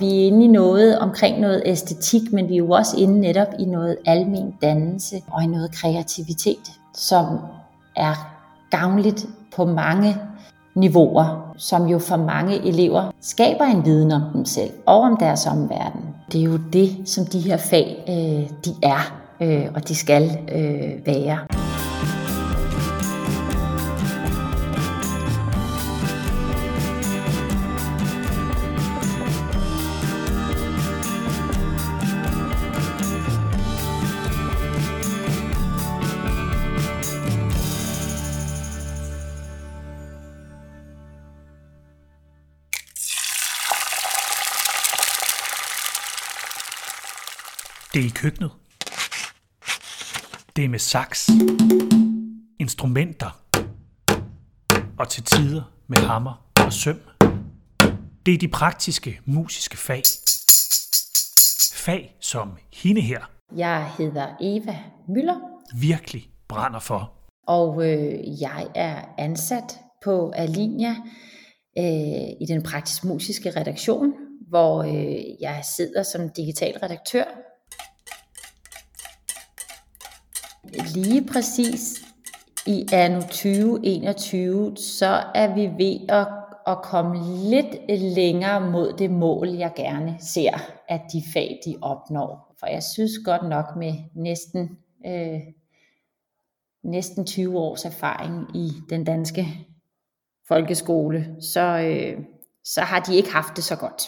vi er inde i noget omkring noget æstetik, men vi er jo også inde netop i noget almen dannelse og i noget kreativitet, som er gavnligt på mange niveauer, som jo for mange elever skaber en viden om dem selv og om deres omverden. Det er jo det, som de her fag de er, og de skal være. Det er i køkkenet. Det er med saks, instrumenter og til tider med hammer og søm. Det er de praktiske musiske fag. Fag som hende her. Jeg hedder Eva Müller. Virkelig brænder for. Og jeg er ansat på Alinia i den praktisk musiske redaktion, hvor jeg sidder som digital redaktør. Lige præcis i anno 2021, så er vi ved at komme lidt længere mod det mål, jeg gerne ser, at de fag de opnår. For jeg synes godt nok med næsten 20 års erfaring i den danske folkeskole, så har de ikke haft det så godt.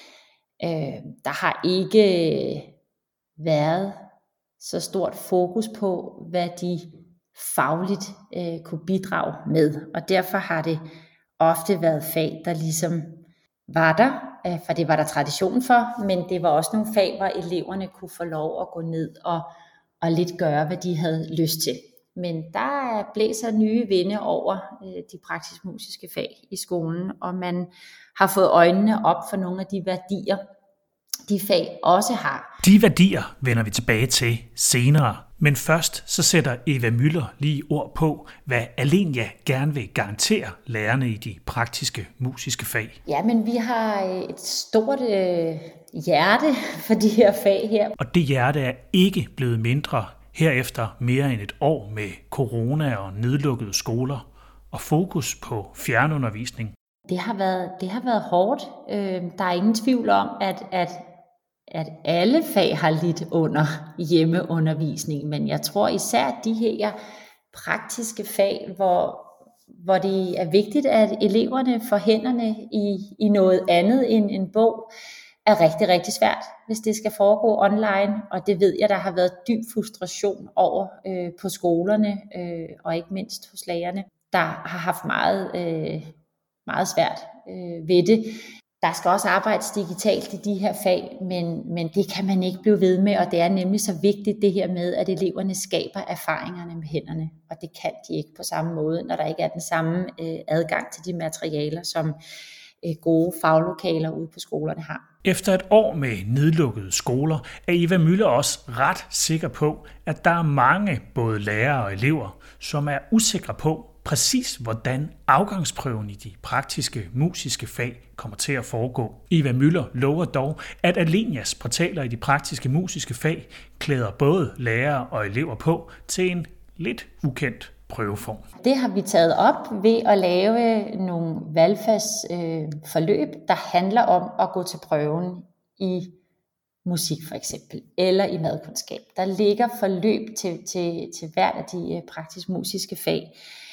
Der har ikke været så stort fokus på, hvad de fagligt kunne bidrage med. Og derfor har det ofte været fag, der ligesom var der, for det var der tradition for, men det var også nogle fag, hvor eleverne kunne få lov at gå ned og lidt gøre, hvad de havde lyst til. Men der blæser nye vinde over de praktisk musiske fag i skolen, og man har fået øjnene op for nogle af de værdier, de fag også har. De værdier vender vi tilbage til senere, men først så sætter Eva Müller lige ord på, hvad Alinia gerne vil garantere lærerne i de praktiske musiske fag. Ja, men vi har et stort hjerte for de her fag her. Og det hjerte er ikke blevet mindre herefter mere end et år med corona og nedlukkede skoler og fokus på fjernundervisning. Det har været hårdt. Der er ingen tvivl om, at alle fag har lidt under hjemmeundervisning, men jeg tror især de her praktiske fag, hvor det er vigtigt, at eleverne får hænderne i noget andet end en bog, er rigtig, rigtig svært, hvis det skal foregå online, og det ved jeg, der har været dyb frustration over på skolerne, og ikke mindst hos lærerne, der har haft meget svært ved det. Der skal også arbejdes digitalt i de her fag, men det kan man ikke blive ved med, og det er nemlig så vigtigt det her med, at eleverne skaber erfaringerne med hænderne, og det kan de ikke på samme måde, når der ikke er den samme adgang til de materialer, som gode faglokaler ude på skolerne har. Efter et år med nedlukkede skoler er Eva Müller også ret sikker på, at der er mange, både lærere og elever, som er usikre på præcis hvordan afgangsprøven i de praktiske musiske fag kommer til at foregå. Eva Müller lover dog, at Alinias portaler i de praktiske musiske fag klæder både lærere og elever på til en lidt ukendt prøveform. Det har vi taget op ved at lave nogle valgfagsforløb, der handler om at gå til prøven i musik for eksempel, eller i madkundskab. Der ligger forløb til hver af de praktisk musiske fag,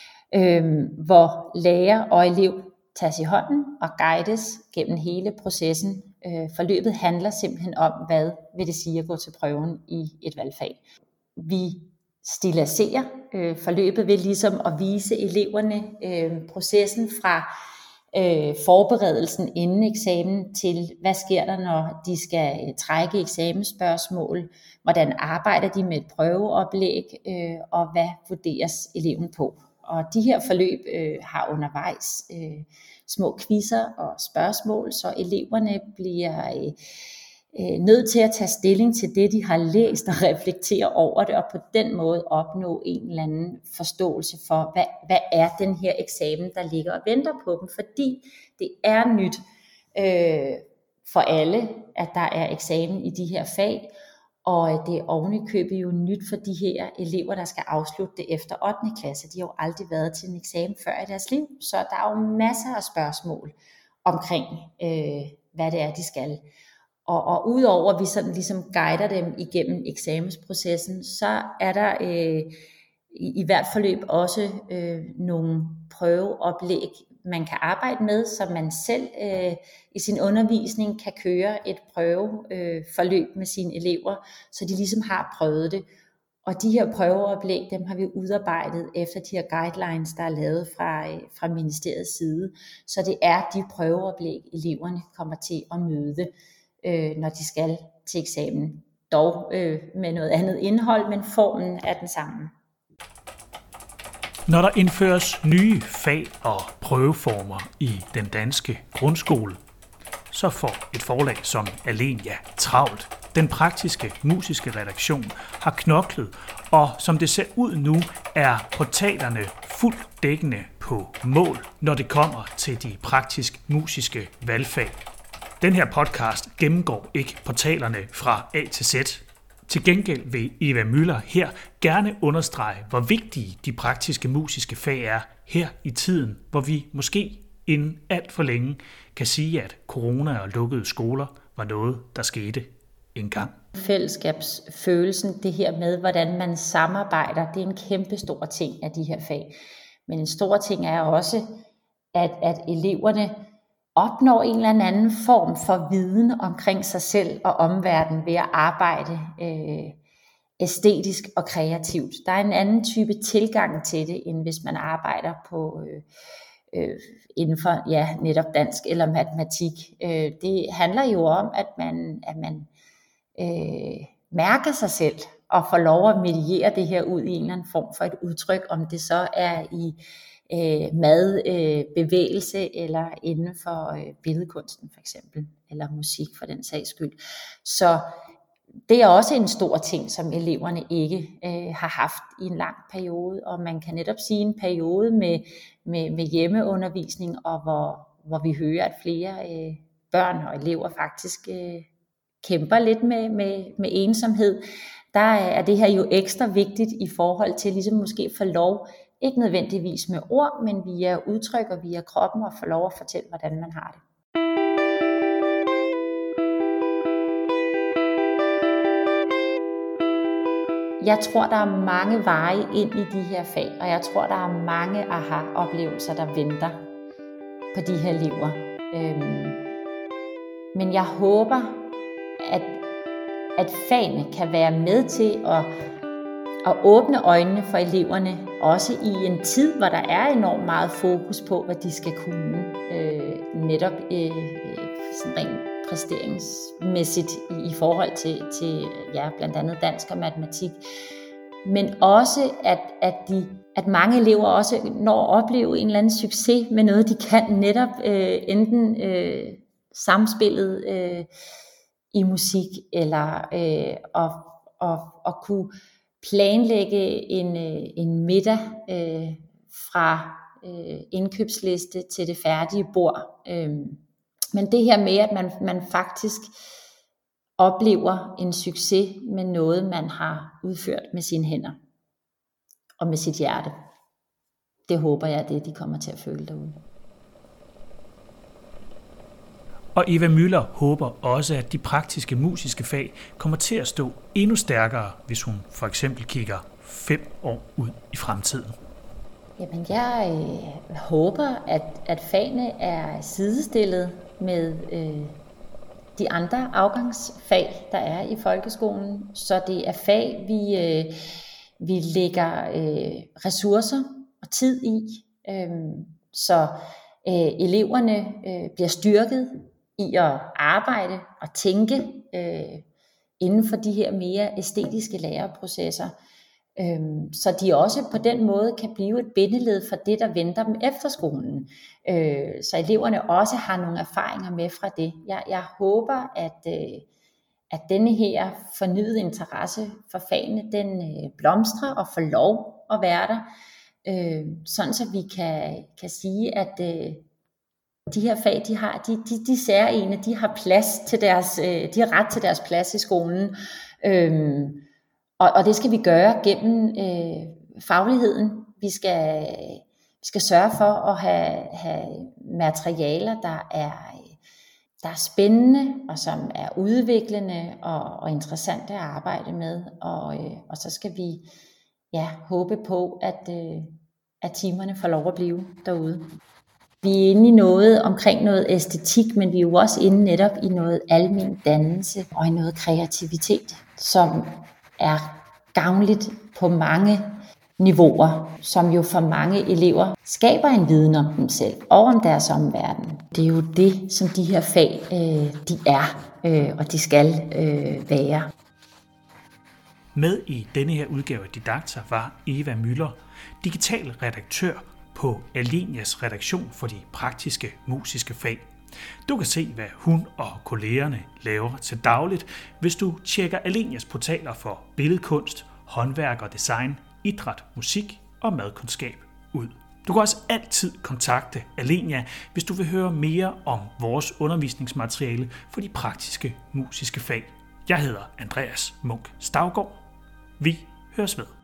hvor lærer og elev tages i hånden og guides gennem hele processen. Forløbet handler simpelthen om, hvad vil det sige at gå til prøven i et valgfag. Vi stillaserer forløbet ved ligesom at vise eleverne processen fra forberedelsen inden eksamen til, hvad sker der, når de skal trække eksamensspørgsmål, hvordan arbejder de med et prøveoplæg, og hvad vurderes eleven på. Og de her forløb har undervejs små quizzer og spørgsmål, så eleverne bliver nødt til at tage stilling til det, de har læst og reflektere over det, og på den måde opnå en eller anden forståelse for, hvad er den her eksamen, der ligger og venter på dem, fordi det er nyt for alle, at der er eksamen i de her fag, og det er ovenikøbet jo nyt for de her elever, der skal afslutte det efter 8. klasse. De har jo aldrig været til en eksamen før i deres liv, så der er jo masser af spørgsmål omkring, hvad det er, de skal. Og udover at vi sådan ligesom guider dem igennem eksamensprocessen, så er der i hvert forløb også nogle prøveoplæg, man kan arbejde med, så man selv i sin undervisning kan køre et prøveforløb med sine elever, så de ligesom har prøvet det. Og de her prøveoplæg, dem har vi udarbejdet efter de her guidelines, der er lavet fra ministeriets side. Så det er de prøveoplæg, eleverne kommer til at møde, når de skal til eksamen. Dog med noget andet indhold, men formen er den samme. Når der indføres nye fag og prøveformer i den danske grundskole, så får et forlag som Alenia travlt. Den praktiske musiske redaktion har knoklet, og som det ser ud nu, er portalerne fuldt dækkende på mål, når det kommer til de praktisk musiske valgfag. Den her podcast gennemgår ikke portalerne fra A til Z. Til gengæld vil Eva Müller her gerne understrege, hvor vigtige de praktiske musiske fag er her i tiden, hvor vi måske inden alt for længe kan sige, at corona og lukkede skoler var noget, der skete engang. Fællesskabsfølelsen, det her med, hvordan man samarbejder, det er en kæmpe stor ting af de her fag. Men en stor ting er også, at eleverne opnår en eller anden form for viden omkring sig selv og omverdenen ved at arbejde æstetisk og kreativt. Der er en anden type tilgang til det, end hvis man arbejder på inden for netop dansk eller matematik. Det handler jo om, at man mærker sig selv og får lov at mediere det her ud i en eller anden form for et udtryk, om det så er i mad, bevægelse eller inden for billedkunsten for eksempel, eller musik for den sags skyld. Så det er også en stor ting, som eleverne ikke har haft i en lang periode, og man kan netop sige en periode med hjemmeundervisning, og hvor vi hører, at flere børn og elever faktisk kæmper lidt med ensomhed. Der er det her jo ekstra vigtigt i forhold til ligesom måske få lov, ikke nødvendigvis med ord, men via udtryk og via kroppen, og få lov at fortælle, hvordan man har det. Jeg tror, der er mange veje ind i de her fag, og jeg tror, der er mange aha-oplevelser, der venter på de her elever. Men jeg håber, at fagene kan være med til at åbne øjnene for eleverne, også i en tid, hvor der er enormt meget fokus på, hvad de skal kunne, netop sådan rent præsteringsmæssigt i forhold til blandt andet dansk og matematik. Men også, at mange elever også når at opleve en eller anden succes med noget, de kan netop enten samspillet i musik, eller at kunne planlægge en middag fra indkøbsliste til det færdige bord. Men det her med, at man faktisk oplever en succes med noget, man har udført med sine hænder og med sit hjerte. Det håber jeg, det de kommer til at føle derude. Og Eva Müller håber også, at de praktiske musiske fag kommer til at stå endnu stærkere, hvis hun for eksempel kigger 5 år ud i fremtiden. Jamen, jeg håber, at fagene er sidestillet med de andre afgangsfag, der er i folkeskolen. Så det er fag, vi lægger ressourcer og tid i, så eleverne bliver styrket i at arbejde og tænke inden for de her mere æstetiske læreprocesser, så de også på den måde kan blive et bindeled for det, der venter dem efter skolen. Så eleverne også har nogle erfaringer med fra det. Jeg håber, at denne her fornyede interesse for fagene, den blomstrer og får lov at være der, sådan så vi kan sige, De her fag, de særlige, de har plads til de har ret til deres plads i skolen. Og det skal vi gøre gennem fagligheden. Vi skal sørge for at have materialer, der er spændende, og som er udviklende og interessante at arbejde med. Og så skal vi håbe på, at timerne får lov at blive derude. Vi er inde i noget omkring noget æstetik, men vi er jo også inde netop i noget almen dannelse og i noget kreativitet, som er gavnligt på mange niveauer, som jo for mange elever skaber en viden om dem selv og om deres omverden. Det er jo det, som de her fag de er, og de skal være. Med i denne her udgave af Didakter var Eva Müller, digital redaktør på Alenias redaktion for de praktiske musiske fag. Du kan se, hvad hun og kollegerne laver til dagligt, hvis du tjekker Alenias portaler for billedkunst, håndværk og design, idræt, musik og madkundskab ud. Du kan også altid kontakte Alenia, hvis du vil høre mere om vores undervisningsmateriale for de praktiske musiske fag. Jeg hedder Andreas Munk Staugaard. Vi høres ved.